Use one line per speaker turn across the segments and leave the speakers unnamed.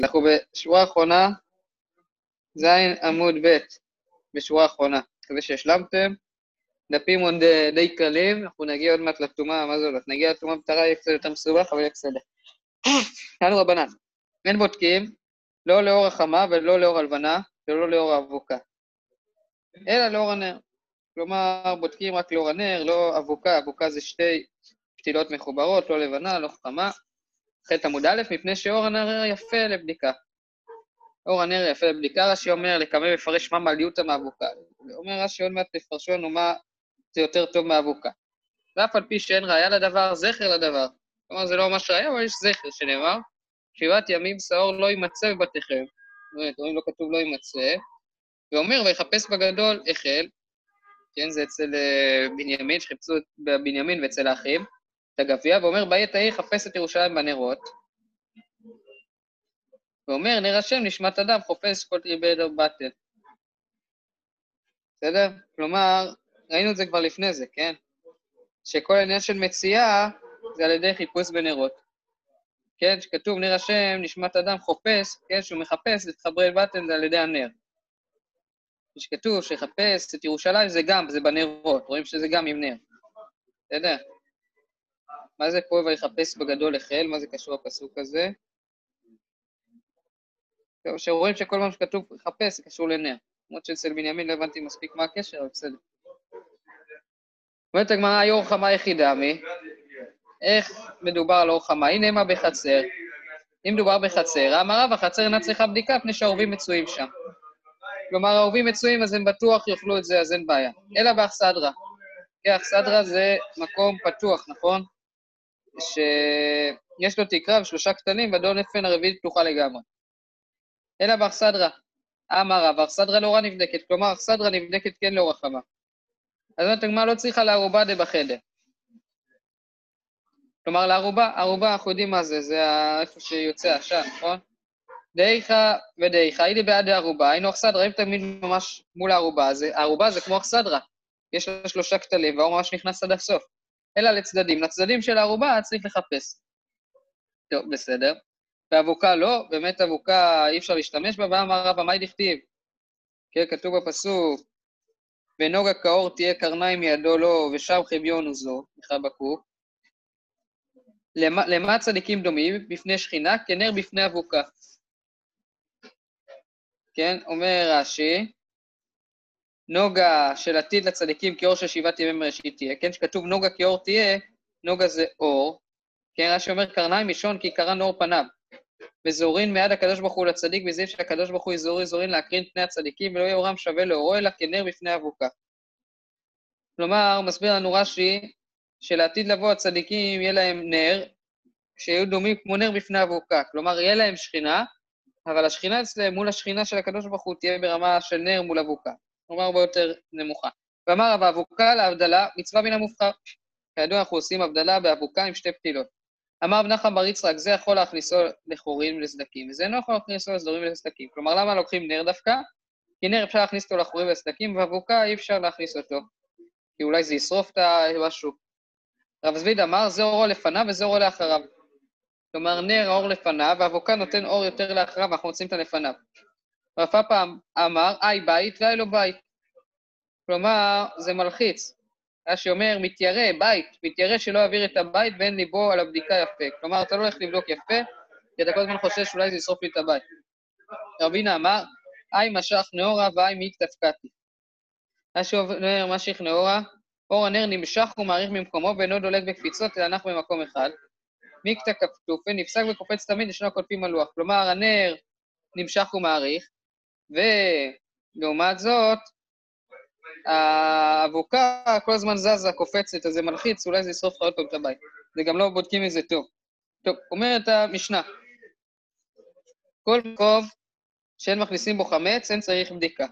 אנחנו בשורה האחרונה, זין עמוד ב' בשורה האחרונה. כזה שהשלמתם, דפים עוד די קלים, אנחנו נגיע עוד מעט לתומה, מה זה הולך? נגיע לתומה בתרה, יהיה קצת יותר מסובך, אבל יהיה בסדר. יאללה רבנן, אין בודקים, לא לאור החמה ולא לאור הלבנה, ולא לאור האבוקה, אלא לאור הנר. כלומר, בודקים רק לאור הנר, לא אבוקה, אבוקה זה שתי פתילות מחוברות, לא לבנה, לא חמה. ח' עמוד א', מפני שאור הנר יפה לבדיקה. אור הנר יפה לבדיקה, רש"י אומר, לקמא מפרש מה מעליותא מאבוקה. אומר רש"י עוד מעט תפרשו לנו מה זה יותר טוב מאבוקה. ואף על פי שאין ראיה לדבר, זכר לדבר. כלומר, זה לא ממש ראיה, אבל יש זכר שנאמר, 7 ימים שעור לא יימצא בבתיכם. זאת אומרת, לא כתוב לא יימצא. ואומר, ויחפש בגדול החל, כן, זה אצל בנימין, שחיפשו בבנימין ואצל האחים, את הגביע, ואומר, בעת ההיא חפש את ירושלים בנרות. ואומר, נר השם נשמת אדם, חופש כל תריבי עדר בטן. בסדר? כלומר, ראינו את זה כבר לפני זה, כן? שכל העניין של מציאה זה על ידי חיפוש בנרות. כן? שכתוב נר השם נשמת אדם חופש, כן? שהוא מחפש את חברי בטן זה על ידי הנר. שכתוב שחפש את ירושלים זה גם, זה בנרות, רואים שזה גם עם נר. בסדר? מה זה פה ויחפש בגדול החל? מה זה קשור הפסוק הזה? טוב, שרואים שכל מה שכתוב חפש זה קשור לנר. למרות שאצל בנימין לא הבנתי מספיק מה הקשר, אבל בסדר. אומרת הגמרא, היו אור חמה יחידה מי? איך מדובר על אור חמה? הנה מה בחצר. אם מדובר בחצר, אמר רב, החצר אינה צריכה בדיקה פני שהעורבים מצויים שם. כלומר, העורבים מצויים, אז הם בטוח יאכלו את זה, אז אין בעיה. אלא באכסדרה. כי האכסדרה זה מקום פתוח, נכון? שיש לו תקרה ושלושה קטנים, והדון אפן הרביעית פתוחה לגמרי. אלא באכסדרה. אמר רב, האכסדרה לא רע נבדקת, כלומר, האכסדרה נבדקת כן לאור החמה. אז זאת הגמרא לא צריכה לערובה דבחדר. כלומר, לערובה, אנחנו יודעים מה זה, זה איפה שיוצא השם, נכון? דאיכה ודאיכה, אילי בעד הערובה, היינו אכסדרה, אם תמיד ממש מול הערובה, הערובה זה כמו אכסדרה, יש לה 3 קטלים, והאור ממש נכנס עד הסוף. אלא לצדדים של הערובה צריך לחפש. טוב, בסדר. ואבוקה לא, באמת אבוקה אי אפשר להשתמש בה, ואמר רבא, מה דכתיב? כן, כתוב בפסוק, ונוגה כאור תהיה קרניים מידו לו, ושם חביון עוזו, מחבקוק. למה צדיקים דומים? בפני שכינה, כנר בפני אבוקה. כן, אומר רש"י, נוגה של עתיד לצדיקים כאור של 7 ימים מראשית תהיה, כן, שכתוב נוגה כאור תהיה, נוגה זה אור, כן, רש"י אומר קרניים משון כי קרן אור פניו, וזורין מיד הקדוש ברוך הוא לצדיק, בזיו שהקדוש ברוך הוא זורין להקרין פני הצדיקים, ולא יהיה אורם שווה לאורו, אלא כנר בפני אבוקה. כלומר, מסביר לנו רש"י, שלעתיד לבוא הצדיקים יהיה להם נר, שיהיו דומים כמו נר בפני אבוקה, כלומר, יהיה להם שכינה, אבל השכינה אצלם מול השכינה של הקדוש ברוך הוא תהיה ברמה של נר מול אבוקה, כלומר, הרבה יותר נמוכה. ואמר רב, האבוקה להבדלה, מצווה מן המובחר. כידוע, אנחנו עושים הבדלה באבוקה עם 2 פתילות. אמר רב נחמן בר יצחק, זה יכול להכניסו לחורים ולסדקים, וזה לא יכול להכניסו לסדורים ולסדקים. כלומר, למה לוקחים נר דווקא? כי נר אפשר להכניס אותו לחורים ולסדקים, ואבוקה אי אפשר להכניס אותו, כי אולי זה ישרוף את משהו. רב זביד אמר, זה אורו לפניו וזה אורו לאחריו. כלומר, נר האור לפניו, והאבוקה נותן אור יותר לאחריו, ואנחנו מוצאים את לפניו. רב פאפא אמר, בית ואי לא בית. כלומר, זה מלחיץ. רש"י אומר, מתיירא, בית, מתיירא שלא יעביר את הבית ואין ליבו על הבדיקה יפה. כלומר, אתה לא הולך לבדוק יפה, כי אתה כל הזמן חושש שאולי זה ישרוף לי את הבית. רבינה אמר, משך נאורה ואי מקטפקתי. רש"י אומר, משך נאורה, אור הנר נמשך ומעריך ממקומו ואינו דולק בקפיצות, אלא נח במקום אחד. מקטע כפתופה, נפסק וקופץ תמיד, ישנו קולפים על לוח. כלומר, הנר נמשך ומעריך, ולעומת זאת, האבוקה כל הזמן זזה, קופצת, אז זה מלחיץ, אולי זה ישרוף לך עוד פעם את הבית. זה גם לא בודקים את זה טוב. טוב, אומרת המשנה, כל מקום שאין מכניסים בו חמץ, אין צריך בדיקה.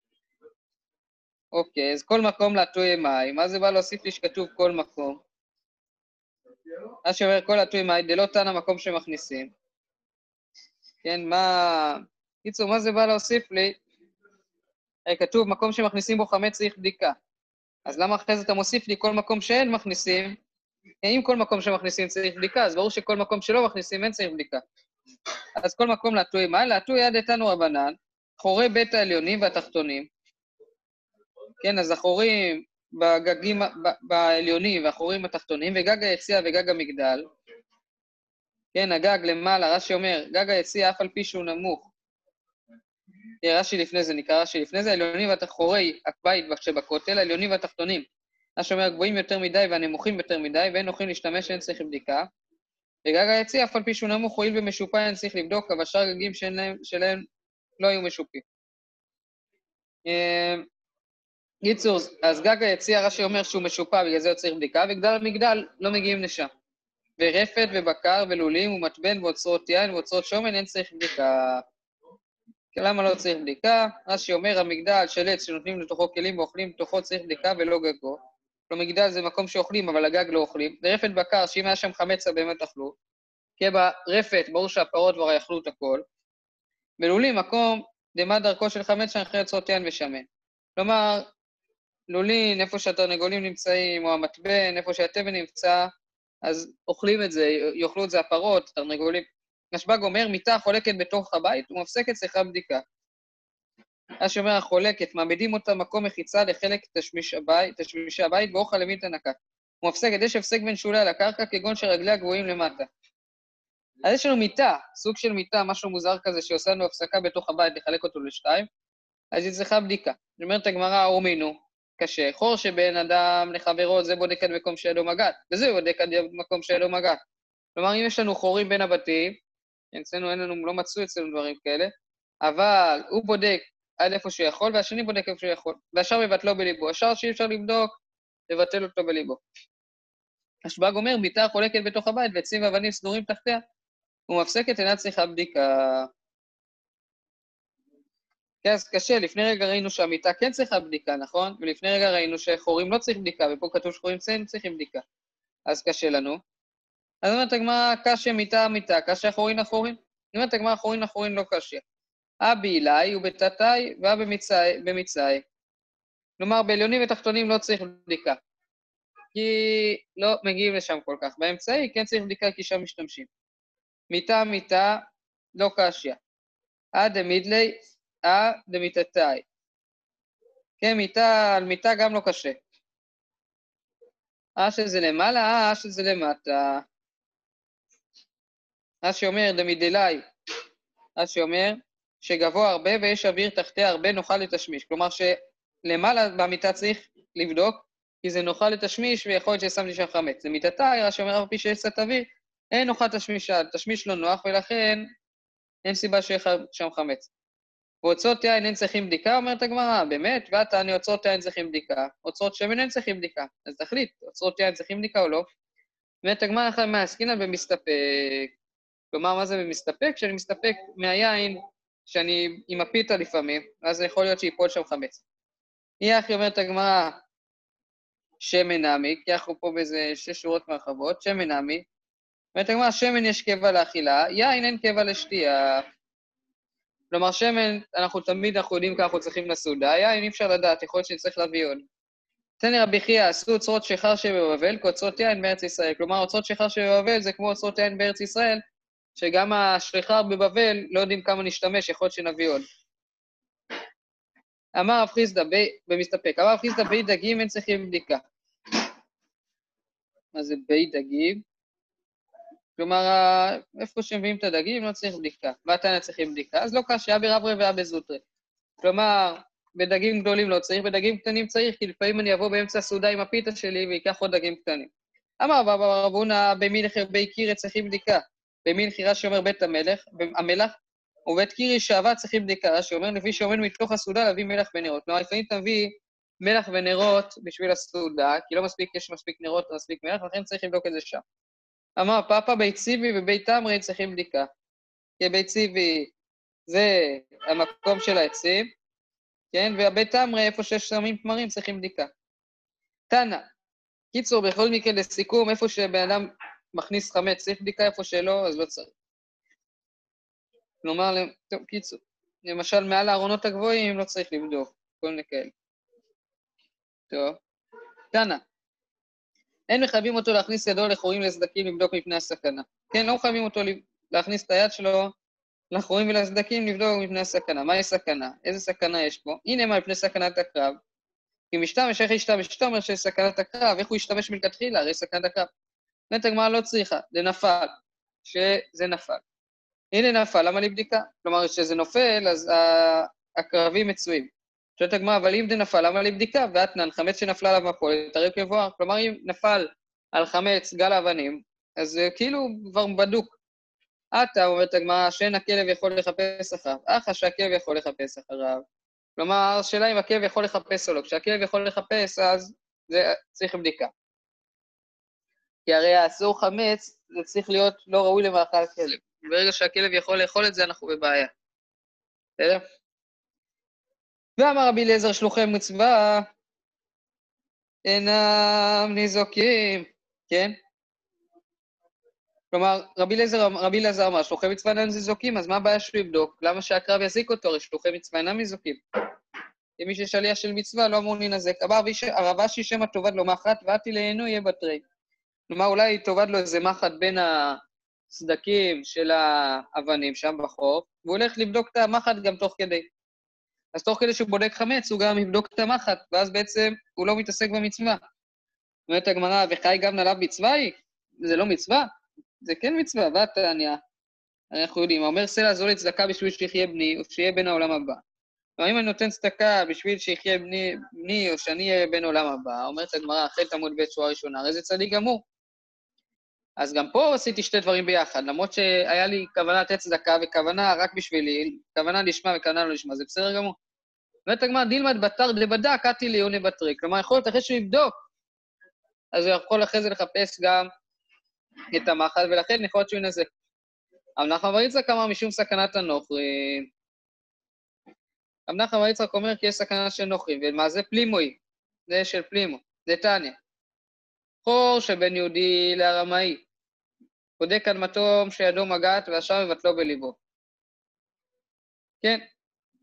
אוקיי, אז כל מקום לעטוי מים, מה זה בא להוסיף לי שכתוב כל מקום? מה שאומר כל עטוי מים, דלא תנא מקום שמכניסים. כן, קיצור, מה זה בא להוסיף לי? כתוב, מקום שמכניסים בו חמץ צריך בדיקה. אז למה אחרי זה אתה מוסיף לי כל מקום שאין מכניסים? אם כל מקום שמכניסים צריך בדיקה, אז ברור שכל מקום שלא מכניסים אין צריך בדיקה. אז כל מקום לעטוי מה? לעטוי יד איתנו רבנן, חורי בית העליונים והתחתונים. כן, אז החורים בגגים, בעליונים והחורים בתחתונים, וגג היציאה וגג המגדל. כן, הגג למעלה, רש"י אומר, גג היציאה אף על פי שהוא נמוך. רש"י לפני זה, נקרא רש"י לפני זה, העליונים והחורי הבית שבכותל, העליונים והתחתונים. רש"י אומר, הגבוהים יותר מדי והנמוכים יותר מדי, ואין יכולים להשתמש, אין צריך בדיקה. וגג היציאה, אף על פי שהוא נמוך, הואיל ומשופע, אין צריך לבדוק, אבל שאר גגים שלהם לא היו משופעים. קיצור, אז גג היציאה, רש"י אומר שהוא משופע, בגלל זה הוא צריך בדיקה, וגדל המגדל לא מגיעים לשם. ורפת ובקר ולולים ומטבן ואוצרות יין ואוצרות שומן, אין צריך בדיקה. למה לא צריך בדיקה? רש"י אומר, המגדל של עץ שנותנים לתוכו כלים ואוכלים, לתוכו צריך בדיקה ולא גגו. לא, מגדל זה מקום שאוכלים, אבל הגג לא אוכלים. ורפת בקר, שאם היה שם חמץ, באמת אכלו. כי ברפת, ברור שהפרות כבר יאכלו את הכל. ולולים, מקום דמה דרכו של חמץ שם אחרי אוצרות יין ושמן. כלומר, לולין, איפה שהתרנגולים נמצאים, או המטבן, איפה שהתבן נמצא, אז אוכלים את זה, יאכלו את זה הפרות, תרנגולים. רשב"ג אומר, מיטה חולקת בתוך הבית ומפסקת צריכה בדיקה. רש"י אומר, החולקת, מעמידים אותה מקום מחיצה לחלק תשמישי הבית ואוכל למית הנקה. ומפסקת, יש הפסק בין שולי על הקרקע, כגון שרגליה גבוהים למטה. אז יש לנו מיטה, סוג של מיטה, משהו מוזר כזה, שעושה לנו הפסקה בתוך הבית, לחלק אותו לשתיים, אז היא צריכה בדיקה. זאת אומרת, הגמרא, אורמינו, קשה. חור שבין אדם לחברו, זה בודק עד מקום שאין לו מגעת, וזה בודק עד מקום שאין לו מגעת. כלומר, אם יש לנו חורים בין הבתים, אצלנו אין לנו, לא מצאו אצלנו דברים כאלה, אבל הוא בודק עד איפה שהוא יכול, והשני בודק איפה שהוא יכול, והשאר מבטלו בליבו. השאר שאי אפשר לבדוק, לבטל אותו בליבו. רשב"ג אומר, מיטה חולקת בתוך הבית, ועצים ואבנים סדורים תחתיה, ומפסקת אינה צריכה בדיקה. כן, אז קשה, לפני רגע ראינו שהמיטה כן צריכה בדיקה, נכון? ולפני רגע ראינו שחורים לא צריך בדיקה, ופה כתוב שחורים צריכים בדיקה. אז קשה לנו. אז אומרת הגמרא, קשה מיטה מיטה, קשה חורין אחורין. אומרת הגמרא, חורין אחורין לא קשה. בעילי ובתתי במצאי. כלומר, בעליונים ותחתונים לא צריך בדיקה. כי לא מגיעים לשם כל כך. באמצעי כן צריך בדיקה כי שם משתמשים. מיטה מיטה לא קשיא. דמידלי דמיתתי. כן, מיטה על מיטה גם לא קשה. שזה למעלה, שזה למטה. שאומר דמידלי, שאומר שגבוה הרבה ויש אוויר תחתיה הרבה נוכל לתשמיש. כלומר שלמעלה במיטה צריך לבדוק, כי זה נוכל לתשמיש ויכול להיות ששמתי שם חמץ. זה מיטתי, שאומר הרבה שיש קצת אוויר, אין נוכל תשמיש לא נוח, ולכן אין סיבה שיהיה שם חמץ. ואוצרות יין אין צריכים בדיקה, אומרת הגמרא, באמת? ועתני, אוצרות יין צריכים בדיקה, אוצרות שמן אין צריכים בדיקה. אז תחליט, אוצרות יין צריכים בדיקה או לא? אומרת הגמרא אחרי מעסקינן במסתפק. כלומר, מה זה במסתפק? שאני מסתפק מהיין שאני עם הפיתה לפעמים, אז יכול להיות שיפול שם חמץ. היא אחי אומרת הגמרא, שמן נמי, כי אנחנו פה באיזה 6 שורות מרחבות, שמן נמי. אומרת הגמרא, שמן יש קבע לאכילה, יין אין קבע לשתייה. כלומר, שמן, אנחנו יודעים ככה אנחנו צריכים לסעודה, יין אי אפשר לדעת, יכול להיות שנצטרך להביא עוד. תן לי רבי חייא, עשו אוצרות שיכר שבבבל כאוצרות יין בארץ ישראל. כלומר, אוצרות שיכר שבבבל זה כמו אוצרות יין בארץ ישראל, שגם השליחר בבבל לא יודעים כמה נשתמש, יכול להיות שנביא עוד. אמר רב חיסדא במסתפק, אמר רב חיסדא בי דגים אין צריכים בדיקה. מה זה בי דגים? כלומר, איפה שמביאים את הדגים לא צריך בדיקה, ועתניא צריכים בדיקה, אז לא קשיא ברברי ואבי זוטרי. כלומר, בדגים גדולים לא צריך, בדגים קטנים צריך, כי לפעמים אני אבוא באמצע הסעודה עם הפיתה שלי ויקח עוד דגים קטנים. אמר רב הונא במי לחר בי קירי צריכים בדיקה. במין חירה שאומר בית המלח, ובית קירי שעבד צריכים בדיקה, שאומר לפי שעומד מתוך הסעודה להביא מלח ונרות. כלומר, לפעמים תביא מלח ונרות בשביל הסעודה, כי לא מספיק, יש מספיק נרות ומספיק מלח, לכן צריך לבדוק את זה שם. אמר פאפה בית ציבי ובית תמרי צריכים בדיקה. כי בית ציבי זה המקום של העצים, כן? והבית תמרי, איפה שיש שמים תמרים, צריכים בדיקה. תנא, קיצור, בכל מקרה לסיכום, איפה שבן אדם מכניס חמץ, צריך בדיקה, איפה שלא, אז לא צריך. כלומר, טוב, קיצור, למשל, מעל הארונות הגבוהים לא צריך לבדוק, כל מיני כאלה. טוב, תנא, אין מחייבים אותו להכניס ידו לחורים לסדקים לבדוק מפני הסכנה. כן, לא מחייבים אותו להכניס את היד שלו לחורים ולסדקים, לבדוק מפני הסכנה. מהי סכנה? איזה סכנה יש פה? הנה מה מפני סכנת הקרב. כי משתמש, איך ישתמש? אתה אומר שיש סכנת הקרב, איך הוא ישתמש מלכתחילה? הרי סכנת הקרב. באמת הגמרא לא צריכה, זה נפל, שזה נפל. הנה נפל, למה לי בדיקה? כלומר, כשזה נופל, אז הקרבים מצויים. שואלת הגמרא, אבל אם זה נפל, למה לי בדיקה? ואתנן, חמץ שנפלה עליו מפולת, הרי הוא יבואר. כלומר, אם נפל על חמץ גל האבנים, אז זה כאילו כבר בדוק. אתה, אומרת הגמרא, שאין הכלב יכול לחפש אחריו. אחא שהכלב יכול לחפש אחריו. כלומר, השאלה אם הכלב יכול לחפש או לא. כשהכלב יכול לחפש, אז זה צריך בדיקה. כי הרי האסור חמץ, זה צריך להיות לא ראוי למאכל כלב. ברגע שהכלב יכול לאכול את זה, אנחנו בבעיה. בסדר? ואמר רבי אליעזר שלוחי מצווה, אינם ניזוקים, כן? כלומר, רבי אליעזר אמר, שלוחי מצווה אינם ניזוקים, אז מה הבעיה שהוא יבדוק? למה שהקרב יזיק אותו? הרי שלוחי מצווה אינם ניזוקים. אם מי ששליח של מצווה לא אמור להינזק. אמר הרב אשי שמא תאבד לו מחט, ואתי לעינו יהיה בתרי. כלומר, אולי תאבד לו איזה מחט בין הסדקים של האבנים שם בחוף, והוא הולך לבדוק את המחט גם תוך כדי. אז תוך כדי שהוא בודק חמץ, הוא גם יבדוק את המחט, ואז בעצם הוא לא מתעסק במצווה. אומרת הגמרא, וחי גם נלב מצווה היא? זה לא מצווה? זה כן מצווה, והתניא. אנחנו יודעים, אומר סלע זו לצדקה בשביל שיחיה בני, או שיהיה בן העולם הבא. כלומר, אם אני נותן צדקה בשביל שיחיה בני, או שאני אהיה בן העולם הבא, אומרת הגמרא, אחרי תלמוד ב' שורה ראשונה, הרי זה צדיק גמור. אז גם פה עשיתי שתי דברים ביחד, למרות שהיה לי כוונה לתת צדקה וכוונה רק בשבילי, כוונה לשמה וכוונה לא לשמה, זה בסדר גמור. אומרת הגמרא, דילמד בתר דבדק, אתי ליוני בתרי. כלומר, יכול להיות אחרי שהוא יבדוק, אז הוא יכול אחרי זה לחפש גם את המחט, ולכן יכול להיות שהוא ינזק. אבל נחמן בר יצחק אמר משום סכנת הנוכרים. אבל נחמן בר יצחק אומר כי יש סכנה של נוכרים, ומה זה פלימוי? זה של פלימו, זה תניא. חור שבין יהודי לארמאי. בודק על מתום שידו מגעת והשאר מבטלו בליבו. כן.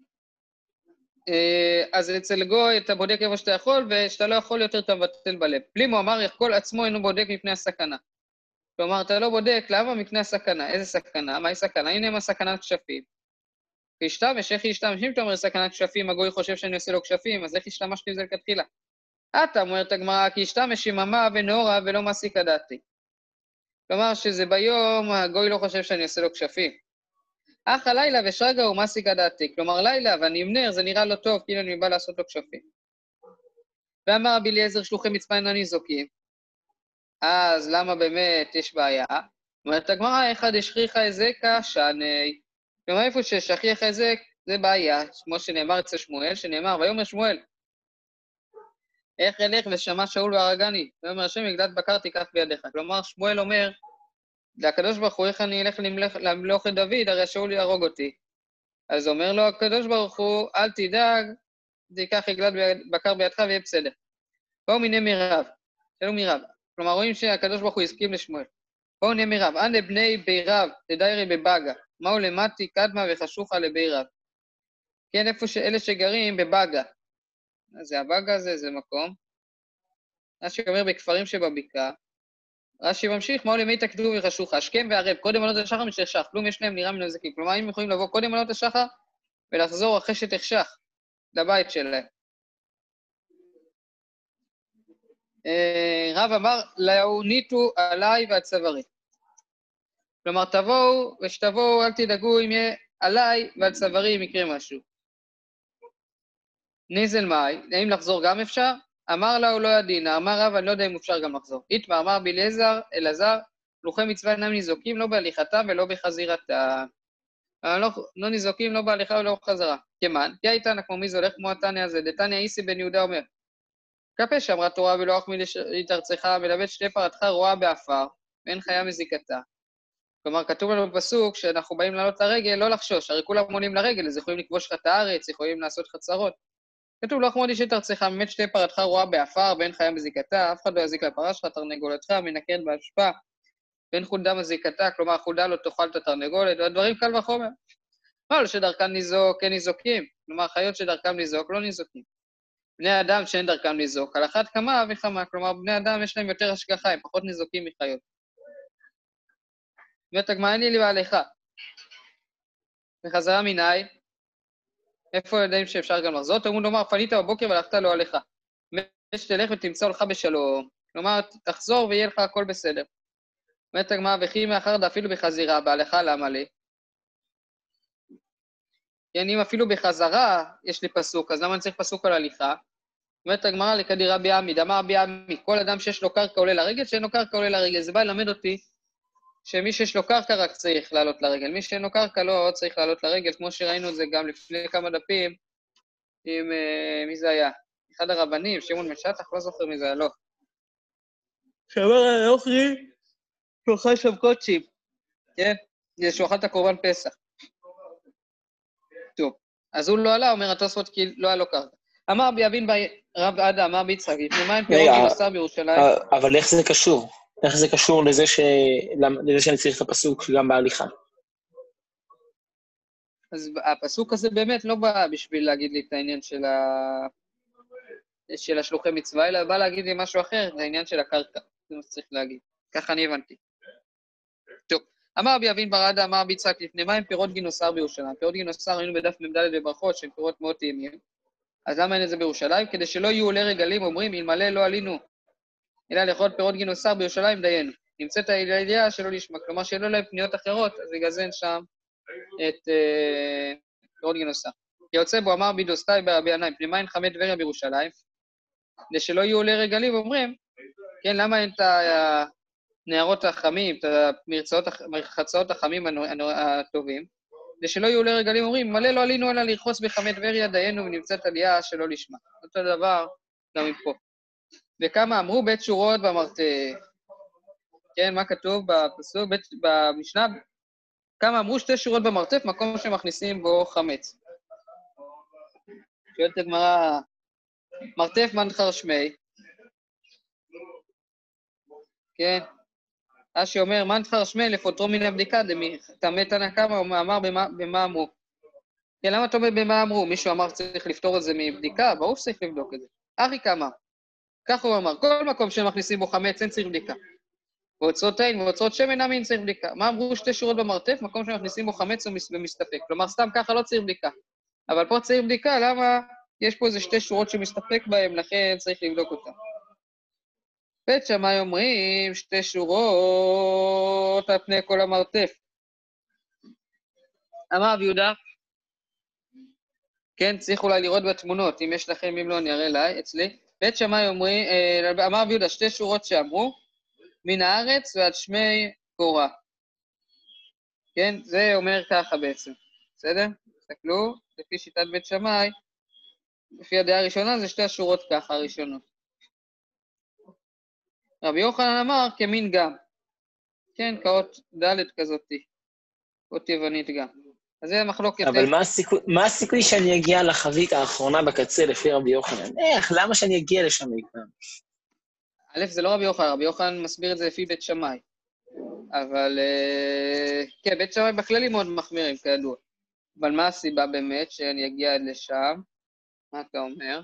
אז אצל גוי אתה בודק איפה שאתה יכול, ושאתה לא יכול יותר אתה מבטל בלב. פלימו אמר, כל עצמו אינו בודק מפני הסכנה. כלומר, אתה לא בודק, למה מפני הסכנה? איזה סכנה? מהי סכנה? הנה מה סכנת כשפים. וישתמש, איך ישתמש? אם אתה אומר סכנת כשפים, הגוי חושב שאני עושה לו כשפים, אז איך השתמשתי בזה לכתחילה? אתה אומרת הגמרא, כי ישתמש יממה ונאורה ולא מעסיק הדעתי. כלומר, שזה ביום, הגוי לא חושב שאני עושה לו כשפים. אך הלילה ושרגע הוא מעסיק הדעתי. כלומר, לילה ואני אמנר, זה נראה לא טוב, כאילו אני בא לעשות לו כשפים. ואמר רבי אליעזר שלוחי מצווה אינם ניזוקים. אז למה באמת יש בעיה? אומרת הגמרא, אחד השכיחה היזקה שני. כלומר, איפה ששכיח היזק, זה בעיה, כמו שנאמר אצל שמואל, שנאמר, ויאמר שמואל, איך ילך ושמע שאול והרגני, ויאמר השם מגדל בקר תיקח בידיך. כלומר, שמואל אומר, לקדוש ברוך הוא, איך אני אלך למלוך את דוד, הרי שאול יהרוג אותי. אז אומר לו הקדוש ברוך הוא, אל תדאג, תיקח עגלת בקר בידך ויהיה בסדר. בואו מיני מירב, שאלו מירב. כלומר, רואים שהקדוש ברוך הוא הסכים לשמואל. בואו נהיה מירב, אנה בני בירב, תדיירי בבגה, מהו למתי קדמה וחשוכה לבירב. כן, איפה שאלה שגרים בבגה. אז זה הבגה הזה, זה מקום. רש"י אומר בכפרים שבבקעה. רש"י ממשיך, מהו למי תקדו וחשוכה, השכם והערב, קודם עלות השחר משתחשך, כלום יש להם נראה מן הנזקים. כלומר, הם יכולים לבוא קודם עלות השחר ולחזור אחרי שתחשך לבית שלהם. רב אמר, לאו ניתו עליי והצווארי. כלומר, תבואו, ושתבואו, אל תדאגו אם יהיה עליי ועל צווארי אם יקרה משהו. ניזל מאי, האם לחזור גם אפשר? אמר לה הוא לא ידינה, אמר רב, אני לא יודע אם אפשר גם לחזור. איתמה, אמר בלעזר, אלעזר, לוחי מצווה אינם ניזוקים, לא בהליכתם ולא בחזירתם. לא ניזוקים, לא בהליכה ולא בחזרה. כמן, כי הייתנה כמו מי זה הולך כמו התניא הזה, דתניא איסי בן יהודה אומר, כפה שאמרה תורה ולא אחמיא להתארצך, מלבד שתי פרתך רואה באפר, ואין חיה מזיקתה. כלומר, כתוב לנו בפסוק שאנחנו באים לעלות לרגל, לא לחשוש, הרי כולם עולים לרגל, אז יכולים לכבוש לך את הארץ, יכולים לעשות חצרות. כתוב, לא אחמוד איש את ארצך, באמת שתי פרתך רואה באפר, ואין חיה מזיקתה, אף אחד לא יזיק לפרה שלך, תרנגולתך, מנקרת באשפה, ואין חולדה מזיקתה, כלומר, חולדה לא תאכל את התרנגולת, והדברים קל וחומר. מה לא שדרכם ניזוק, כן ניזוקים, כלומר, חיות שדרכם ניזוק, לא ניזוקים. בני אדם שאין דרכם ניזוק, על אחת כמה וכמה, כלומר, בני אדם יש להם יותר השגחה, הם פחות ניזוקים מחיות. אומרת הגמרא, אין לי בעליך. בחזרה מיני, איפה יודעים שאפשר גם לחזור? תלמוד לומר, פנית בבוקר והלכת לא עליך. שתלך ותמצא לך בשלום. כלומר, תחזור ויהיה לך הכל בסדר. אומרת הגמרא, וכי מאחר אפילו בחזירה, בעליך למה לי? כן, אם אפילו בחזרה יש לי פסוק, אז למה אני צריך פסוק על הליכה? אומרת הגמרא, לכדי רבי עמי, אמר רבי עמי, כל אדם שיש לו קרקע עולה לרגל, שאין לו קרקע עולה לרגל. זה בא ללמד אותי שמי שיש לו קרקע רק צריך לעלות לרגל, מי שאין לו קרקע לא צריך לעלות לרגל, כמו שראינו את זה גם לפני כמה דפים, עם מי זה היה? אחד הרבנים, שמעון משטח, לא זוכר מי זה היה, לא. שאמר הנוכרי, שהוא אכל שם קודשים, כן? זה שהוא אכל את הקורבן פסח. טוב, אז הוא לא עלה, אומר התוספות כי לא היה לו קרקע. אמר ביבין רב עדה, אמר ביצחק, לפני מים פירות גינוסר בירושלים.
אבל איך זה קשור? איך זה קשור לזה שאני צריך את הפסוק גם בהליכה?
אז הפסוק הזה באמת לא בא בשביל להגיד לי את העניין של השלוחי מצווה, אלא בא להגיד לי משהו אחר, זה העניין של הקרקע, זה מה שצריך להגיד. ככה אני הבנתי. טוב, אמר ביבין ברדה, אמר ביצחק, לפני מים פירות גינוסר בירושלים. פירות גינוסר היינו בדף מ"ד בברכות, שהם פירות מאוד טעימים. אז למה אין את זה בירושלים? כדי שלא יהיו עולי רגלים, אומרים, אלמלא לא עלינו, אלא לאכול פירות גינוסר בירושלים דיינו. נמצאת הידיעה שלא לשמה, כלומר שלא להם פניות אחרות, אז יגזן שם את פירות גינוסר. כי יוצא בו אמר בידוסטאי ברבי ינאי, פני מים חמי טבריה בירושלים, כדי שלא יהיו עולי רגלים, אומרים, כן, למה אין את הנערות החמים, את המרחצאות החמים הטובים, כדי שלא יהיו עולי רגלים, אומרים, מלא לא עלינו אלא לרחוץ בחמי טבריה דיינו ונמצאת עלייה שלא לשמה. אותו דבר גם מפה. וכמה אמרו בית שורות במרתף. כן, מה כתוב בפסוק, במשנה? כמה אמרו שתי שורות במרתף, מקום שמכניסים בו חמץ. שואלת הגמרא, מרתף מנחר שמי. כן. אשי אומר, מנחר שמי לפוטרו מן הבדיקה, תמה תנא קמא, הוא אמר במה אמרו. כן, למה אתה אומר במה אמרו? מישהו אמר צריך לפתור את זה מבדיקה, ברור שצריך לבדוק את זה. אחי כמה. כך הוא אמר, כל מקום שמכניסים בו חמץ, אין צריך בדיקה. ואוצרות אין, ואוצרות שמן אמין צריך בדיקה. מה אמרו שתי שורות במרתף? מקום שמכניסים בו חמץ ומסתפק. כלומר, סתם ככה לא צריך בדיקה. אבל פה צריך בדיקה, למה? יש פה איזה שתי שורות שמסתפק בהם, לכן צריך לבדוק אותם. בית שמאי אומרים, שתי שורות על פני כל המרתף. אמר רב יהודה, כן, צריך אולי לראות בתמונות, אם יש לכם, אם לא, אני אראה אליי, אצלי. בית שמאי אומרים, אמר רב יהודה, שתי שורות שאמרו, מן הארץ ועד שמי קורה. כן, זה אומר ככה בעצם, בסדר? תסתכלו, לפי שיטת בית שמאי, לפי הדעה הראשונה, זה שתי השורות ככה, הראשונות. רבי יוחנן אמר, כמין גם. כן, כאות ד' כזאתי, אות יוונית גם. אז זה מחלוקת.
אבל מה הסיכוי שאני אגיע לחבית האחרונה בקצה לפי רבי יוחנן? איך? למה שאני אגיע לשם איתם?
א', זה לא רבי יוחנן, רבי יוחנן מסביר את זה לפי בית שמאי. אבל, כן, בית שמאי בכללי מאוד מחמירים, כידוע. אבל מה הסיבה באמת שאני אגיע עד לשם? מה אתה אומר?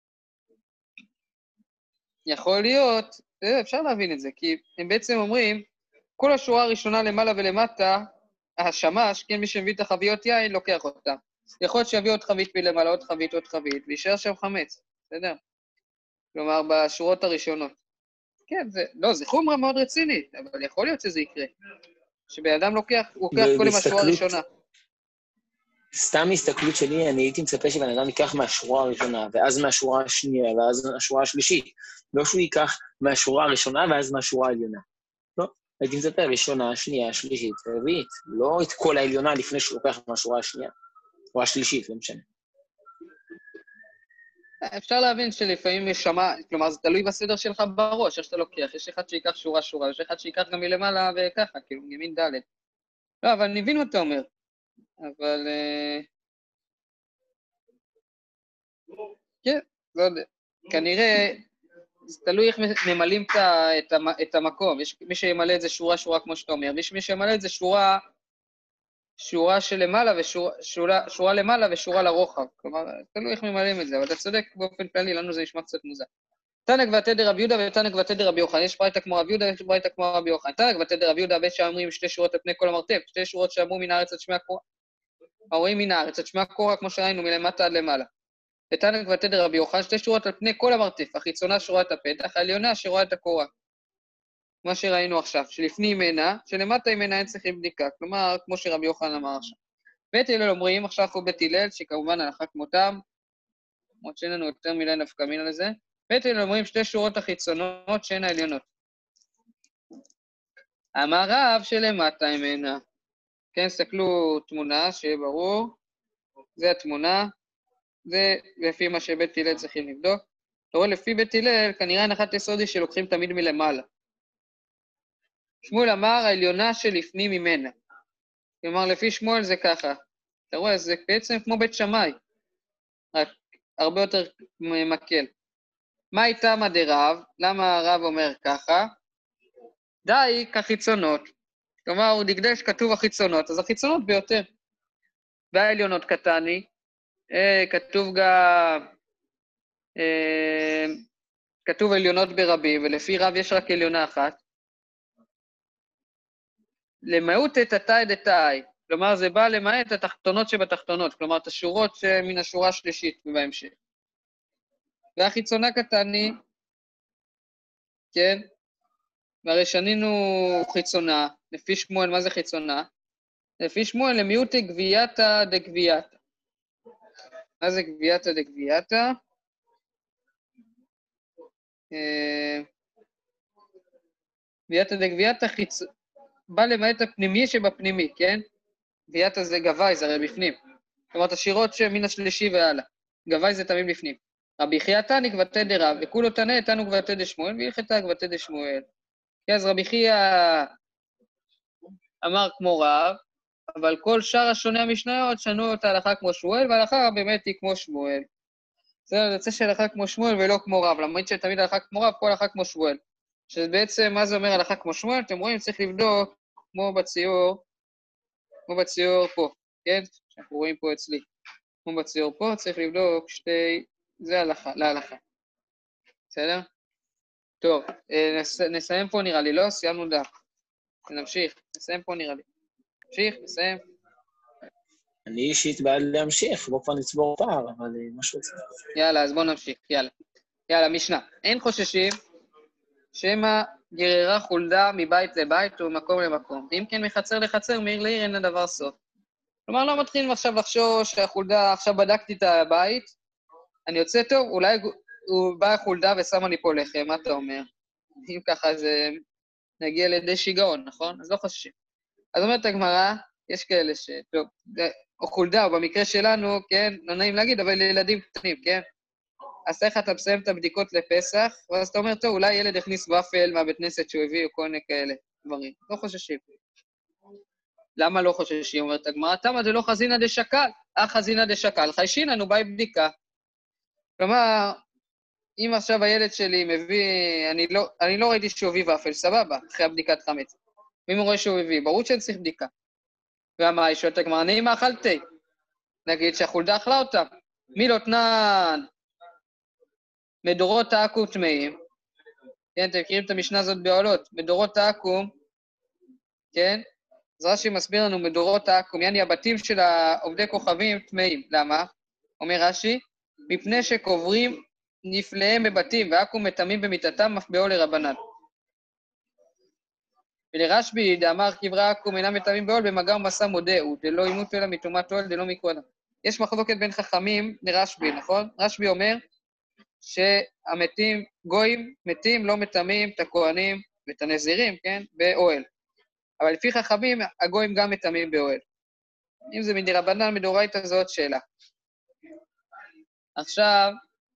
יכול להיות, אפשר להבין את זה, כי הם בעצם אומרים, כל השורה הראשונה למעלה ולמטה, השמש, כן, מי שמביא את החביות יין, לוקח אותה. יכול להיות שיביא עוד חבית מלמעלה, עוד חבית, וישאר שם חמץ, בסדר? כלומר, בשורות הראשונות. כן, זה חומרה מאוד רצינית, אבל יכול להיות שזה יקרה. שבן אדם לוקח קודם השורה הראשונה.
סתם הסתכלות שלי, אני הייתי מצפה שבן אדם ייקח מהשורה הראשונה, ואז מהשורה השנייה, ואז מהשורה השלישית. לא שהוא ייקח מהשורה הראשונה, ואז מהשורה העליונה. לא, הייתי מצפה ראשונה, שנייה, שלישית, רביעית. לא את כל העליונה לפני שהוא לוקח מהשורה השנייה, או השלישית, לא משנה.
אפשר להבין שלפעמים יש שמה, כלומר, זה תלוי בסדר שלך בראש, איך שאתה לוקח. יש אחד שיקח שורה, יש אחד שיקח גם מלמעלה וככה, כאילו, ימין ד'. לא, אבל אני מבין מה אתה אומר. אבל... כן, לא יודע. כנראה, זה תלוי איך ממלאים את המקום. יש מי שימלא את זה שורה כמו שאתה אומר, ויש מי שימלא את זה שורה שלמעלה שורה למעלה ושורה לרוחב. כלומר, תלוי איך ממלאים את זה, אבל אתה צודק באופן כללי, לנו זה נשמע קצת מוזר. תנא גבתי דרבי יהודה ותנא גבתי דרבי יוחנן, יש ברייתא כמו רבי יהודה ויש ברייתא כמו רבי יוחנן. תנא גבתי דרבי יהודה בית שאומרים שתי שורות על פני כל המרתף, שתי שורות שאמרו מן הארץ עד שמי הקורה. הרואים מן הארץ עד שמי הקורה, כמו שראינו מלמטה עד למעלה. ותנא גבתי דרבי יוחנן, שתי שורות על פני כל המרתף, החיצונה שרואה את הפתח, העליונה שרואה את הקורה. מה שראינו עכשיו, שלפנים ממנה, שלמטה ממנה אין צריכים בדיקה, כלומר, כמו שרבי יוחנן אמר עכשיו. בית הלל אומרים, עכשיו הוא בית הלל, שכמובן הלכה כמותם, למרות שאין לנו יותר מדי נפקא מינה לזה, בית הלל אומרים שתי שורות החיצונות שהן העליונות. אמר רב שלמטה ממנה. כן, סתכלו תמונה, שיהיה ברור, זה התמונה, זה לפי מה שבית הלל צריכים לבדוק. אתה רואה, לפי בית הלל, כנראה הנחת יסוד היא שלוקחים תמיד מלמעלה. שמואל אמר, העליונה שלפנים ממנה. כלומר, לפי שמואל זה ככה. אתה רואה, זה בעצם כמו בית שמאי, רק הרבה יותר מקל. מה איתה דרב? למה הרב אומר ככה? די כחיצונות. כלומר, הוא דקדש כתוב החיצונות, אז החיצונות ביותר. והעליונות קטני, כתוב גם, כתוב עליונות ברבים, ולפי רב יש רק עליונה אחת. למעט את התאי דתאי, כלומר זה בא למעט התחתונות שבתחתונות, כלומר את השורות מן השורה השלישית בהמשך. והחיצונה קטני, כן, והרי שנינו חיצונה, לפי שמואל, מה זה חיצונה? לפי שמואל למיעוט גבייתא דגבייתא. מה זה גבייתא דגבייתא? גבייתא דגבייתא בא למעט הפנימי שבפנימי, כן? גבייתא זה גבאי, זה הרי בפנים. כלומר, השירות שמן השלישי והלאה. גבאי זה תמיד בפנים. רבי חייא תני גבתי דרב, וכולו תנא תנו גבתי דשמואל, והלכתה גבתי דשמואל. אז רבי חייא אמר כמו רב, אבל כל שאר השונה המשניות שנו את ההלכה כמו שמואל, וההלכה באמת היא כמו שמואל. זה יוצא שהלכה כמו שמואל ולא כמו רב, למרות שתמיד הלכה כמו רב, כל הלכה כמו שמואל. שבעצם מה זה אומר הלכה כמו שמואל? אתם רואים, צריך לבדוק כמו בציור פה, כן? שאנחנו רואים פה אצלי. כמו בציור פה, צריך לבדוק שתי, זה הלכה, להלכה. בסדר? טוב, נסיים פה נראה לי, לא? סיימנו דף. נמשיך, נסיים פה נראה לי. נמשיך, נסיים.
אני אישית בעד להמשיך, בוא כבר נצבור פער, אבל משהו אצלי.
יאללה, אז בוא נמשיך, יאללה. יאללה, משנה. אין חוששים שמא גררה חולדה מבית לבית וממקום למקום. אם כן, מחצר לחצר, מעיר לעיר, אין לדבר סוף. כלומר, לא מתחילים עכשיו לחשוש שהחולדה, עכשיו בדקתי את הבית, אני יוצא טוב, אולי הוא בא חולדה ושמה לי פה לחם, מה אתה אומר? אם ככה זה נגיע לידי שיגעון, נכון? אז לא חוששים. אז אומרת הגמרא, יש כאלה טוב, או חולדה, או במקרה שלנו, כן, לא נעים להגיד, אבל לילדים קטנים, כן? אז איך אתה מסיים את הבדיקות לפסח, ואז אתה אומר, טוב, אולי ילד הכניס ופל מהבית כנסת שהוא הביא, או כל מיני כאלה דברים. לא חוששים. למה לא חוששים? אומרת הגמרא, תמה זה לא חזינא דשקל, חזינא דשקל, חיישינא, נו, באי בדיקה. כלומר, אם עכשיו הילד שלי מביא, אני לא ראיתי שהוא הביא ופל, סבבה, אחרי הבדיקת חמץ. ואם הוא רואה שהוא הביא, ברור שאני צריך בדיקה. ומה, היא שואלת הגמרא, נעים מה אכלתי? נגיד שהחולדה אכלה אותם. מי לא תנן? מדורות העקום טמאים, כן, אתם מכירים את המשנה הזאת בעולות, מדורות העקום, כן, אז רש"י מסביר לנו מדורות העקום, יעני הבתים של העובדי כוכבים טמאים, למה? אומר רש"י, מפני שקוברים נפלאיהם בבתים, והעקום מטמאים במיתתם אף בעול לרבנן. ולרשב"י דאמר קברי העקום אינם מטמאים בעול במגע ומסע מודעו, דלא ימות אלא מטומאת עול דלא מכבודם. יש מחלוקת בין חכמים לרשב"י, נכון? רשב"י אומר שהמתים, גויים מתים לא מטמאים את הכהנים ואת הנזירים, כן? באוהל. אבל לפי חכמים, הגויים גם מטמאים באוהל. אם זה מדרבנן, מדאורייתא, זו עוד שאלה. עכשיו,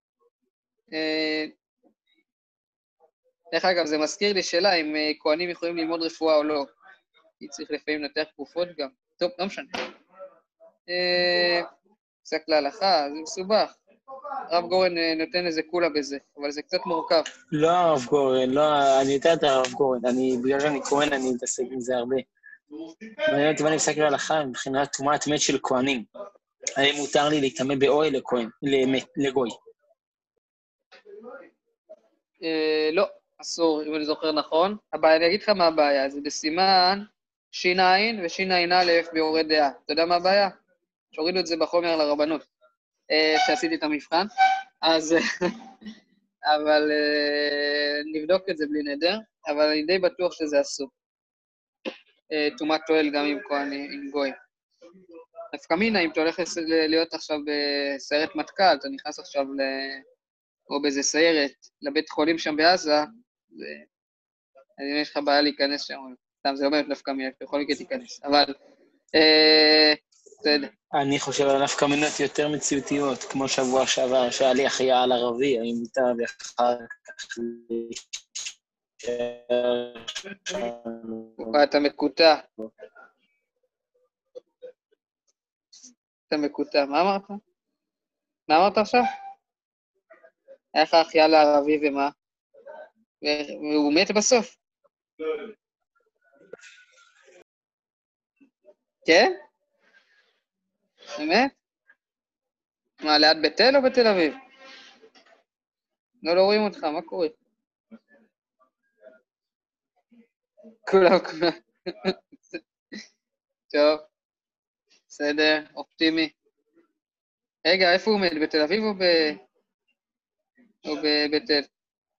דרך אגב, זה מזכיר לי שאלה אם כהנים יכולים ללמוד רפואה או לא. כי צריך לפעמים לנתח תקופות גם. טוב, לא משנה. קצת להלכה, זה מסובך. הרב גורן נותן איזה כולה בזה, אבל זה קצת מורכב.
לא הרב גורן, לא, אני יודע את הרב גורן, בגלל שאני כהן, אני מתעסק עם זה הרבה. מעניין אותי מה אני מסתכל להלכה מבחינת טומאת מת של כהנים. האם מותר לי להיטמא באוהל לגוי?
לא, אסור, אם אני זוכר נכון. הבעיה, אני אגיד לך מה הבעיה, זה בסימן שיניים ושיניים א' ביורי דעה. אתה יודע מה הבעיה? שהורידו את זה בחומר לרבנות, שעשיתי את המבחן. אז, אבל נבדוק את זה בלי נדר, אבל אני די בטוח שזה אסור. תומת תועל גם עם גוי. נפקא מינה, אם אתה הולך להיות עכשיו בסיירת מטכ"ל, אתה נכנס עכשיו או באיזה סיירת לבית חולים שם בעזה, אני יש לך בעיה להיכנס שם, סתם זה לא באמת נפקא מינה, אתה יכול להיכנס, אבל בסדר.
אני חושב על נפקא מינות יותר מציאותיות, כמו שבוע שעבר, שהיה לי חייל ערבי, אני מותר ואחר כך
אתה מקוטע. אתה מקוטע, מה אמרת? מה אמרת עכשיו? היה לך חייל ערבי ומה? והוא מת בסוף. כן? באמת? מה, ליד בית אל או בתל אביב? לא רואים אותך, מה קורה? כולם. טוב, בסדר, אופטימי. רגע, איפה הוא מת? בתל אביב או בבית אל?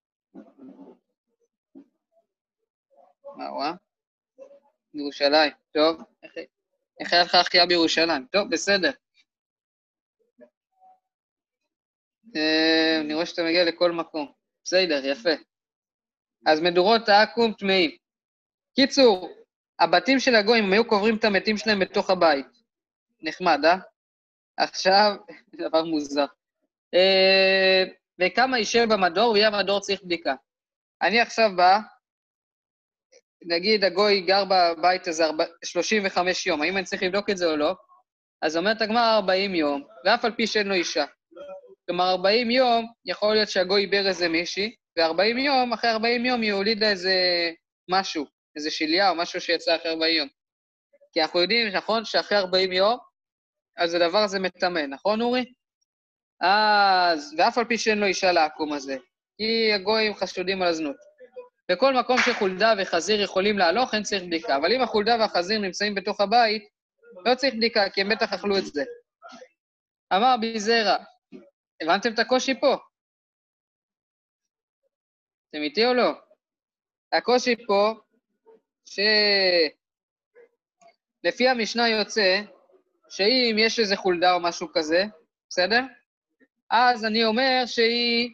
מה, וואה? בירושלים, טוב. איך היה לך החייאה בירושלים? טוב, בסדר. אני רואה שאתה מגיע לכל מקום. בסדר, יפה. אז מדורות העכו"ם טמאים. קיצור, הבתים של הגויים, הם היו קוברים את המתים שלהם בתוך הבית. נחמד, אה? עכשיו, דבר מוזר. וכמה יישב במדור, ויהיה המדור צריך בדיקה. אני עכשיו בא, נגיד הגוי גר בבית הזה 35 יום, האם אני צריך לבדוק את זה או לא? אז אומרת הגמרא 40 יום, ואף על פי שאין לו אישה. כלומר, 40 יום, יכול להיות שהגוי איבר איזה מישהי, ו-40 יום, אחרי 40 יום היא הולידה איזה משהו, איזה שליה או משהו שיצא אחרי 40 יום. כי אנחנו יודעים, נכון, שאחרי 40 יום, אז הדבר הזה מטמא, נכון, אורי? אז, ואף על פי שאין לו אישה לעקום הזה, כי הגויים חשודים על הזנות. בכל מקום שחולדה וחזיר יכולים להלוך, אין צריך בדיקה, אבל אם החולדה והחזיר נמצאים בתוך הבית, לא צריך בדיקה, כי הם בטח אכלו את זה. אמר ביזרע, הבנתם את הקושי פה? אתם איתי או לא? הקושי פה, שלפי המשנה יוצא, שאם יש איזה חולדה או משהו כזה, בסדר? אז אני אומר שהיא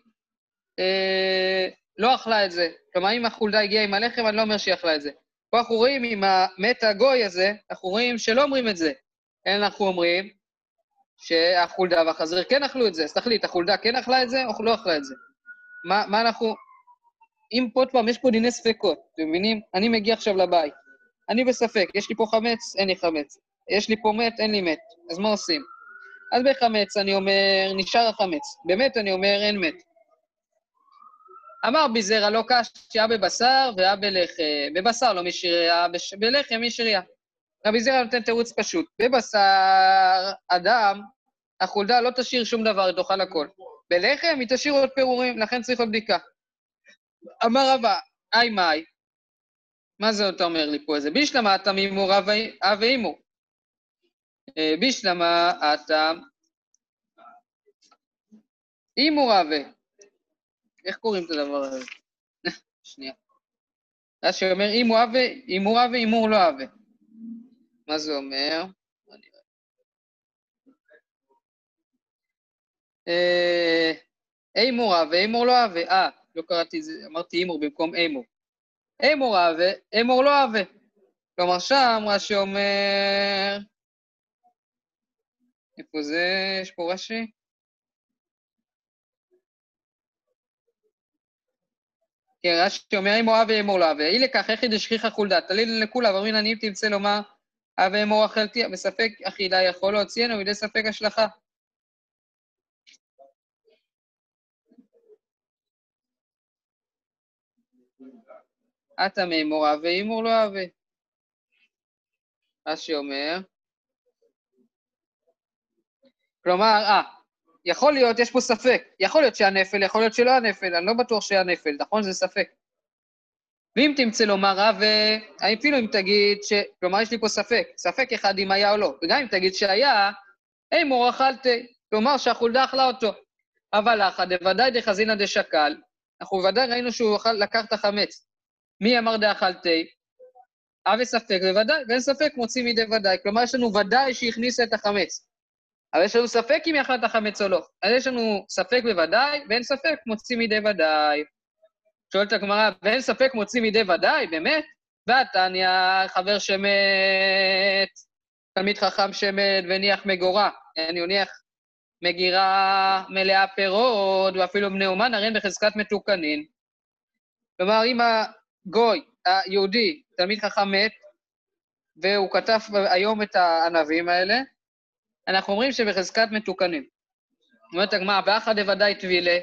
לא אכלה את זה. כלומר, אם החולדה הגיעה עם הלחם, אני לא אומר שהיא אכלה את זה. פה אנחנו רואים עם המת הגוי הזה, אנחנו רואים שלא אומרים את זה. אנחנו אומרים שהחולדה והחזיר כן אכלו את זה. אז תחליט, החולדה כן אכלה את זה או לא אכלה את זה? מה אנחנו... אם פה פעם, יש פה דיני ספקות, אתם מבינים? אני מגיע עכשיו לבית. אני בספק, יש לי פה חמץ, אין לי חמץ. יש לי פה מת, אין לי מת. אז מה עושים? אז בחמץ אני אומר, נשאר החמץ. באמת אני אומר, אין מת. אמר ביזרע לא קשיא בבשר ואה בלחם. בבשר לא משריה, בלחם משריה. רבי זרע נותן תירוץ פשוט. בבשר אדם, החולדה לא תשאיר שום דבר, היא תאכל הכל. בלחם היא תשאיר עוד פירורים, לכן צריך עוד בדיקה. אמר רבא, היי מאי, מה זה אתה אומר לי פה? איזה בישלמה אתה מימור אבי אימור. בישלמה אתה אימור אבי. איך קוראים את הדבר הזה? שנייה. אז שאומר אימור אבי, אימור לא אבי. מה זה אומר? אימור אבי, אימור לא אבי. לא קראתי את זה, אמרתי אימור במקום אימור. אימור אבי, אימור לא אבי. כלומר שם רש"י אומר... איפה זה? יש פה רש"י? כן, רש"י אומר אימור אבי, אימור לא אבי. אי לכך, איך ידשכיחה חולדה? תליל לכולה, ואומרים אני אם תמצא לומר אבי אימור אכלתי, בספק אכילה יכול להוציאנו, בידי ספק השלכה. אתה מאימור אבי, אימור לא אבי. רש"י אומר, כלומר, יכול להיות, יש פה ספק, יכול להיות שהנפל, יכול להיות שלא הנפל, אני לא בטוח שהנפל, נכון? זה ספק. ואם תמצא לומר רב, אפילו אם תגיד כלומר, יש לי פה ספק, ספק אחד אם היה או לא, וגם אם תגיד שהיה, מור אכלתי, כלומר שהחולדה אכלה אותו. אבל אחא דוודאי דחזינא דשקל, אנחנו ודאי ראינו שהוא לקח את החמץ. מי אמר דאכלתי? וספק בוודאי, ואין ספק מוציא מידי ודאי, כלומר יש לנו ודאי שהכניסה את החמץ. אבל יש לנו ספק אם היא אכלה את החמץ או לא. אז יש לנו ספק בוודאי, ואין ספק מוציא מידי ודאי. שואלת הגמרא, ואין ספק מוציא מידי ודאי, באמת? והתניא, חבר שמת, תלמיד חכם שמת וניח מגורה, אני הניח מגירה מלאה פירות, ואפילו בני אומן הרי בחזקת מתוקנין. כלומר, אם הגוי, היהודי, תלמיד חכם מת, והוא כתב היום את הענבים האלה, אנחנו אומרים שבחזקת מתוקנים. אומרת הגמרא, ואחא דוודאי טבילה,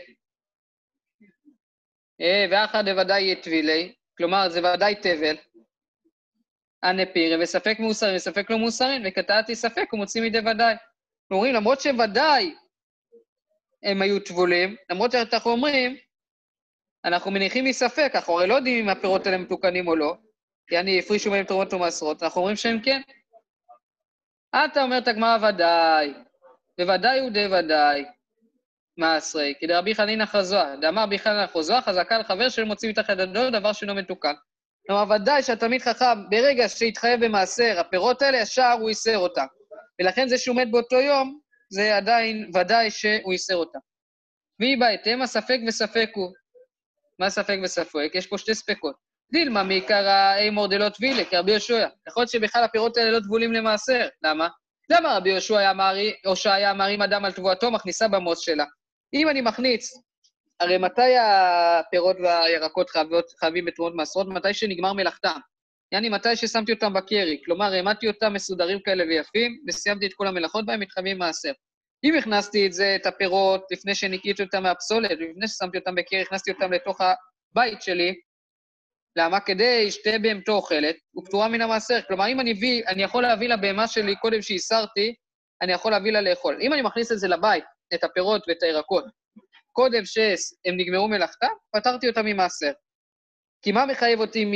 ואחא דוודאי טבילה, כלומר, זה ודאי תבל, הנפירה, וספק מאוסרים, וספק לא מאוסרים, וקטעתי ספק, הוא מוציא מידי ודאי. אומרים, למרות שוודאי הם היו טבולים, למרות שאנחנו אומרים, אנחנו מניחים מספק, אנחנו הרי לא יודעים אם הפירות האלה מתוקנים או לא, כי אני הפרישו מהם תרומות ומעשרות, אנחנו אומרים שהם כן. אתה אומרת הגמרא ודאי, וודאי הוא די ודאי, מעשרי, כי דרבי חנינא חזוה, דאמר רבי חנינא חזוה, חזקה על חבר של מוציא מתחת ידו דבר שאינו מתוקן. כלומר, ודאי שהתלמיד חכם, ברגע שהתחייב במעשר, הפירות האלה, ישר הוא ייסר אותם. ולכן זה שהוא מת באותו יום, זה עדיין ודאי שהוא ייסר אותם. והיא בהתאם, הספק וספק הוא. מה ספק וספק? יש פה שתי ספקות. דילמה מעיקרא אימור דלא טבילה, כרבי יהושע. יכול להיות שבכלל הפירות האלה לא טבולים למעשר. למה? למה רבי יהושע היה אמרים אדם על תבואתו, מכניסה במוס שלה. אם אני מכניס, הרי מתי הפירות והירקות חייבים בתרומות מעשרות? מתי שנגמר מלאכתם. יעני, מתי ששמתי אותם בקרי. כלומר, העמדתי אותם מסודרים כאלה ויפים, וסיימתי את כל המלאכות בהם, מתחייבים מעשר. אם הכנסתי את הפירות לפני שניקיתי אותם מהפסולת, ולפני ששמתי אותם בקרי, הכנסתי אותם לתוך הבית שלי, למה? כדי שתהיה בהמתו אוכלת, הוא פטורה מן המעשר. כלומר, אם אני יכול להביא לבהמה שלי קודם שהסרתי, אני יכול להביא לה לאכול. אם אני מכניס את זה לבית, את הפירות ואת הירקות, קודם שהם נגמרו מלאכתם, פטרתי אותם ממעשר. כי מה מחייב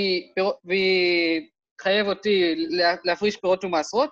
אותי להפריש פירות ומעשרות?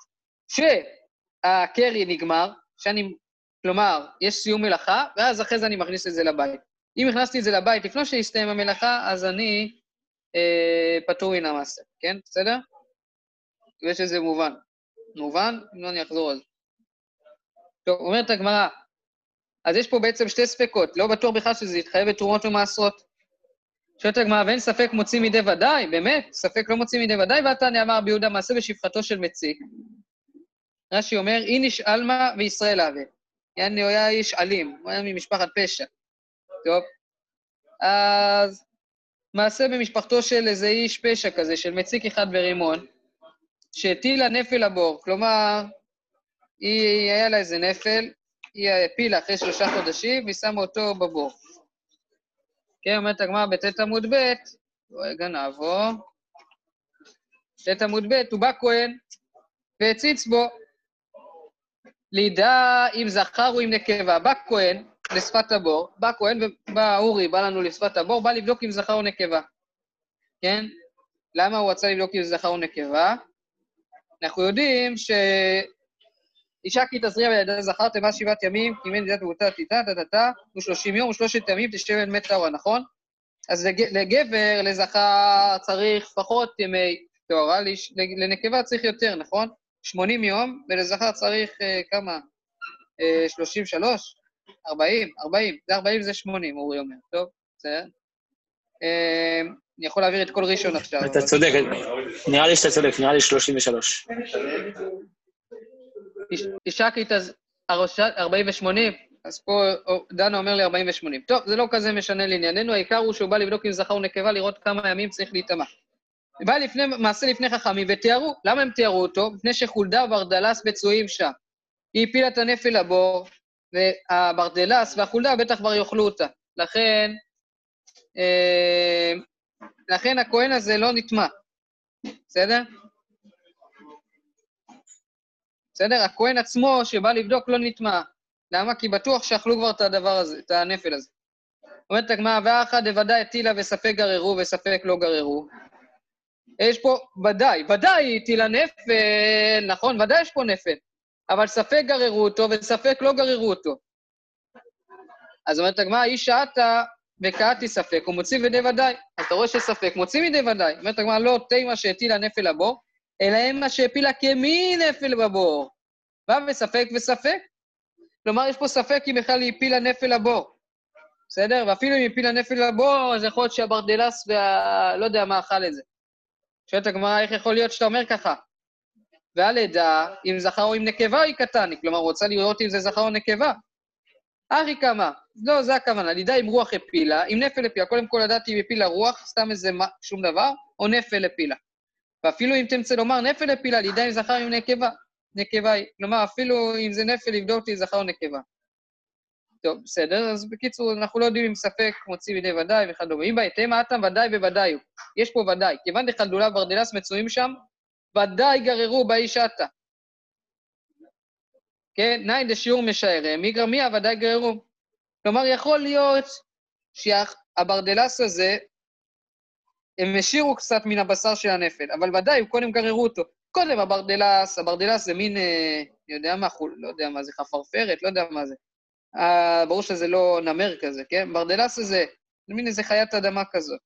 שהקרי נגמר, כלומר, יש סיום מלאכה, ואז אחרי זה אני מכניס את זה לבית. אם הכנסתי את זה לבית לפני שהסתיים המלאכה, אז אני פטור מן המעשר, כן? בסדר? ויש איזה מובן. מובן? אם לא, אני אחזור על זה. טוב, אומרת הגמרא, אז יש פה בעצם שתי ספקות, לא בטוח בכלל שזה יתחייב בתרומות ומעשרות. שואלת הגמרא, ואין ספק מוציא מידי ודאי, באמת, ספק לא מוציא מידי ודאי, והתניא אמר רבי יהודה מעשה בשפחתו של מציק. רש"י אומר, איניש עלמא וישראל הווה. יעני, הוא היה איש אלים, הוא היה ממשפחת פשע. טוב, אז מעשה במשפחתו של איזה איש פשע כזה, של מציק אחד ורימון, שהטילה נפל לבור, כלומר, היה לה איזה נפל, היא הפילה אחרי 3 חודשים, והיא שמה אותו בבור. כן, אומרת הגמרא בט' עמוד ב', רגע נעבור, ט' עמוד ב', הוא בא כהן, והציץ בו, לידע אם זכר או אם נקבה. בא כהן לשפת הבור, בא כהן ובא אורי, בא לנו לשפת הבור, בא לבדוק אם זכר או נקבה. כן? למה הוא רצה לבדוק אם זכר או נקבה? אנחנו יודעים אישה כי תזריע בידי זכר תמה 7 ימים, כי מן דת ובותה תיתה, ו30 יום ו3 ימים תשב אל מת טהרה, נכון? אז לגבר, לזכר צריך פחות ימי טהרה, לנקבה צריך יותר, נכון? 80 יום, ולזכר צריך כמה? 33? 40? 40, זה 40 זה 80, אורי אומר, טוב, בסדר. אני יכול להעביר את כל ראשון עכשיו.
אתה צודק, נראה לי שאתה צודק, נראה לי 33.
אישה כי 40 ו-80, אז פה דנה אומר לי 40 ו-80. טוב, זה לא כזה משנה לענייננו, העיקר הוא שהוא בא לבדוק אם זכר ונקבה, לראות כמה ימים צריך להתאמה. בא מעשה לפני חכמים ותיארו, למה הם תיארו אותו? לפני שחולדה וברדלס מצויים שם. היא הפילה את הנפל לבור, והברדלס והחולדה בטח כבר יאכלו אותה. לכן הכהן הזה לא נטמע. בסדר? בסדר? הכהן עצמו שבא לבדוק לא נטמע. למה? כי בטוח שאכלו כבר את הדבר הזה, את הנפל הזה. אומרת הגמרא, ואחד בוודאי הטילה וספק גררו וספק לא גררו. יש פה ודאי הטילה נפל, נכון, ודאי יש פה נפל, אבל ספק גררו אותו וספק לא גררו אותו. אז אומרת הגמרא, איש שעתה וקעתי ספק, הוא מוציא מדי ודאי. אתה רואה שספק מוציא מדי ודאי. אומרת הגמרא, לא תימה שהטילה נפל לבור, אלא המה שהפילה כמי נפל בבור. בא וספק וספק. כלומר, יש פה ספק אם בכלל היא הפילה נפל לבור. בסדר? ואפילו אם היא הפילה נפל לבור, אז יכול להיות שהברדלס לא יודע מה אכל את זה. שואלת הגמרא, איך יכול להיות שאתה אומר ככה? והלידה, אם זכר או אם נקבה היא קטני, כלומר, הוא רוצה לראות אם זה זכר או נקבה. אחי כמה? לא, זה הכוונה, לידה אם רוח הפילה, אם נפל הפילה, קודם כל לדעתי אם הפילה רוח, סתם איזה שום דבר, או נפל הפילה. ואפילו אם תמצא לומר נפל הפילה, לידה אם זכר אם נקבה היא. כלומר, אפילו אם זה נפל, לבדוק אותי זכר או נקבה. טוב, בסדר, אז בקיצור, אנחנו לא יודעים אם ספק מוציא בידי ודאי וכדומה. אם בהתאם האטם ודאי בוודאי הוא. יש פה ודאי. כיוון דחלדולה וברדלס מצויים שם, ודאי גררו באיש עתה. כן? נאי דשיעור משערם, מיגרא מיה ודאי גררו. כלומר, יכול להיות שהברדלס הזה, הם השאירו קצת מן הבשר של הנפל, אבל ודאי, הוא קודם גררו אותו. קודם הברדלס זה מין, אני יודע מה, לא יודע מה זה, חפרפרת, לא יודע מה זה. ברור שזה לא נמר כזה, כן? ברדלס הזה, זה מין איזה חיית אדמה כזאת.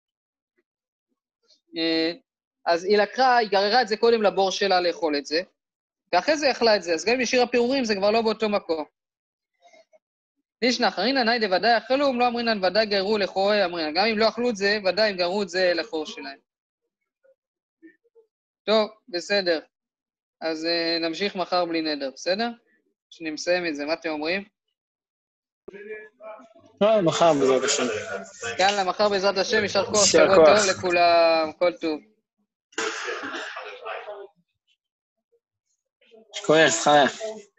אז היא גררה את זה קודם לבור שלה לאכול את זה, ואחרי זה אכלה את זה, אז גם אם השאירה פירורים, זה כבר לא באותו מקום. לישנא אחרינן היי דוודאי אכלו, אם לא אמרינן ודאי גררו לחורי אמרינן. גם אם לא אכלו את זה, ודאי הם גררו את זה לחור שלהם. טוב, בסדר. אז נמשיך מחר בלי נדר, בסדר? שנסיים את זה, מה אתם אומרים?
מחר בעזרת השם.
יאללה, מחר בעזרת השם, יישר כוח, שבוע טוב לכולם, כל טוב.
שכוייך, חיה.